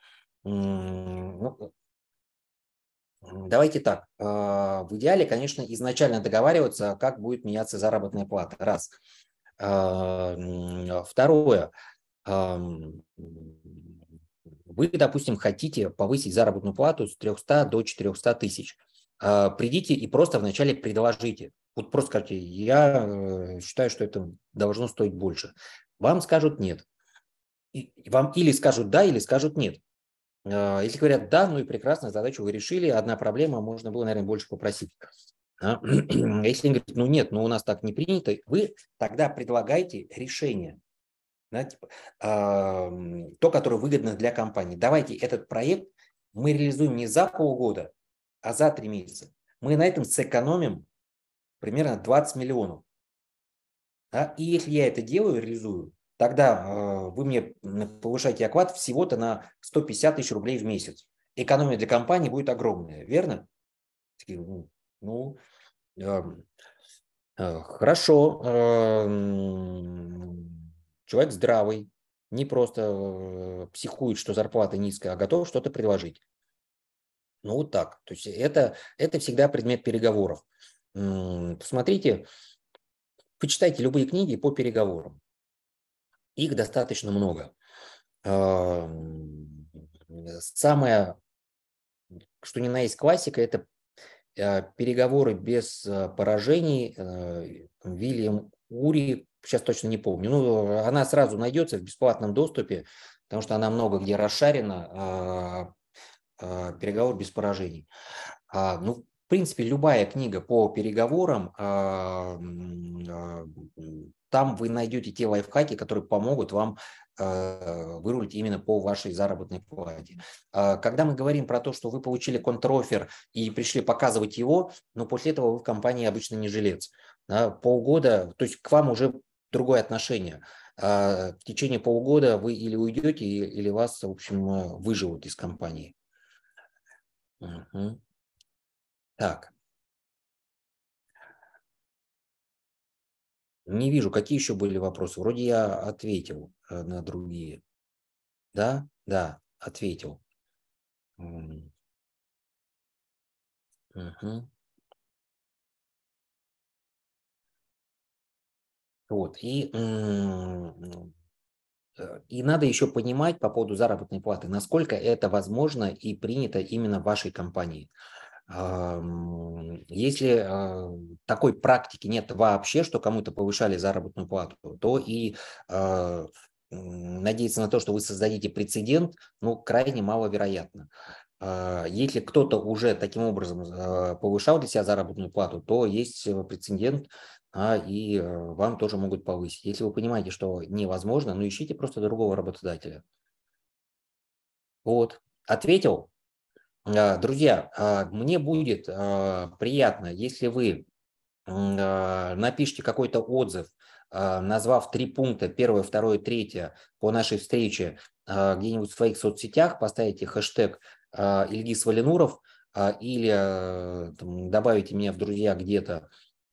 Ну, давайте так. В идеале, конечно, изначально договариваться, как будет меняться заработная плата. Раз. Второе. Вы, допустим, хотите повысить заработную плату с трёхсот до четырёхсот тысяч. Придите и просто вначале предложите. Вот просто скажите, я считаю, что это должно стоить больше. Вам скажут нет. Вам или скажут да, или скажут нет. Если говорят да, ну и прекрасно, задачу вы решили. Одна проблема, можно было, наверное, больше попросить. Если они говорят, ну нет, ну у нас так не принято, вы тогда предлагаете решение. Да, типа, э, то, которое выгодно для компании. Давайте этот проект мы реализуем не за полгода, а за три месяца. Мы на этом сэкономим примерно двадцать миллионов. Да? И если я это делаю, реализую, тогда э, вы мне повышаете оклад всего-то на сто пятьдесят тысяч рублей в месяц. Экономия для компании будет огромная, верно? Ну, э, э, хорошо. Э, Человек здравый, не просто психует, что зарплата низкая, а готов что-то предложить. Ну, вот так. То есть это, это всегда предмет переговоров. Посмотрите, почитайте любые книги по переговорам. Их достаточно много. Самое, что ни на есть классика, это переговоры без поражений. Вильям Ури, сейчас точно не помню, ну, она сразу найдется в бесплатном доступе, потому что она много где расшарена, переговор без поражений. Ну, в принципе, любая книга по переговорам, там вы найдете те лайфхаки, которые помогут вам вырулить именно по вашей заработной плате. Когда мы говорим про то, что вы получили контрофер и пришли показывать его, но после этого вы в компании обычно не жилец. Да, полгода, то есть к вам уже другое отношение. В течение полугода вы или уйдете, или вас, в общем, выживут из компании. Угу. Так. Не вижу, какие еще были вопросы. Вроде я ответил на другие. Да? Да, ответил. Угу. Вот. И, и надо еще понимать по поводу заработной платы, насколько это возможно и принято именно в вашей компании. Если такой практики нет вообще, что кому-то повышали заработную плату, то и надеяться на то, что вы создадите прецедент, ну, крайне маловероятно. Если кто-то уже таким образом повышал для себя заработную плату, то есть прецедент, и вам тоже могут повысить. Если вы понимаете, что невозможно, ну, ищите просто другого работодателя. Вот. Ответил? Друзья, мне будет приятно, если вы напишите какой-то отзыв, назвав три пункта, первое, второе, третье по нашей встрече где-нибудь в своих соцсетях, поставите хэштег Ильгиз Валинуров или там, добавите меня в друзья где-то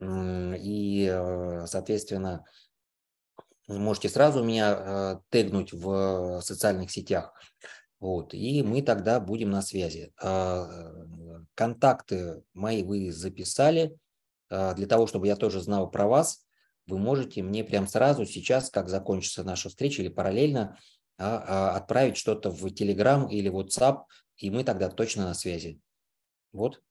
и, соответственно, можете сразу меня тегнуть в социальных сетях. Вот, и мы тогда будем на связи. Контакты мои вы записали. Для того, чтобы я тоже знал про вас, вы можете мне прямо сразу сейчас, как закончится наша встреча или параллельно, отправить что-то в Telegram или WhatsApp, и мы тогда точно на связи. Вот.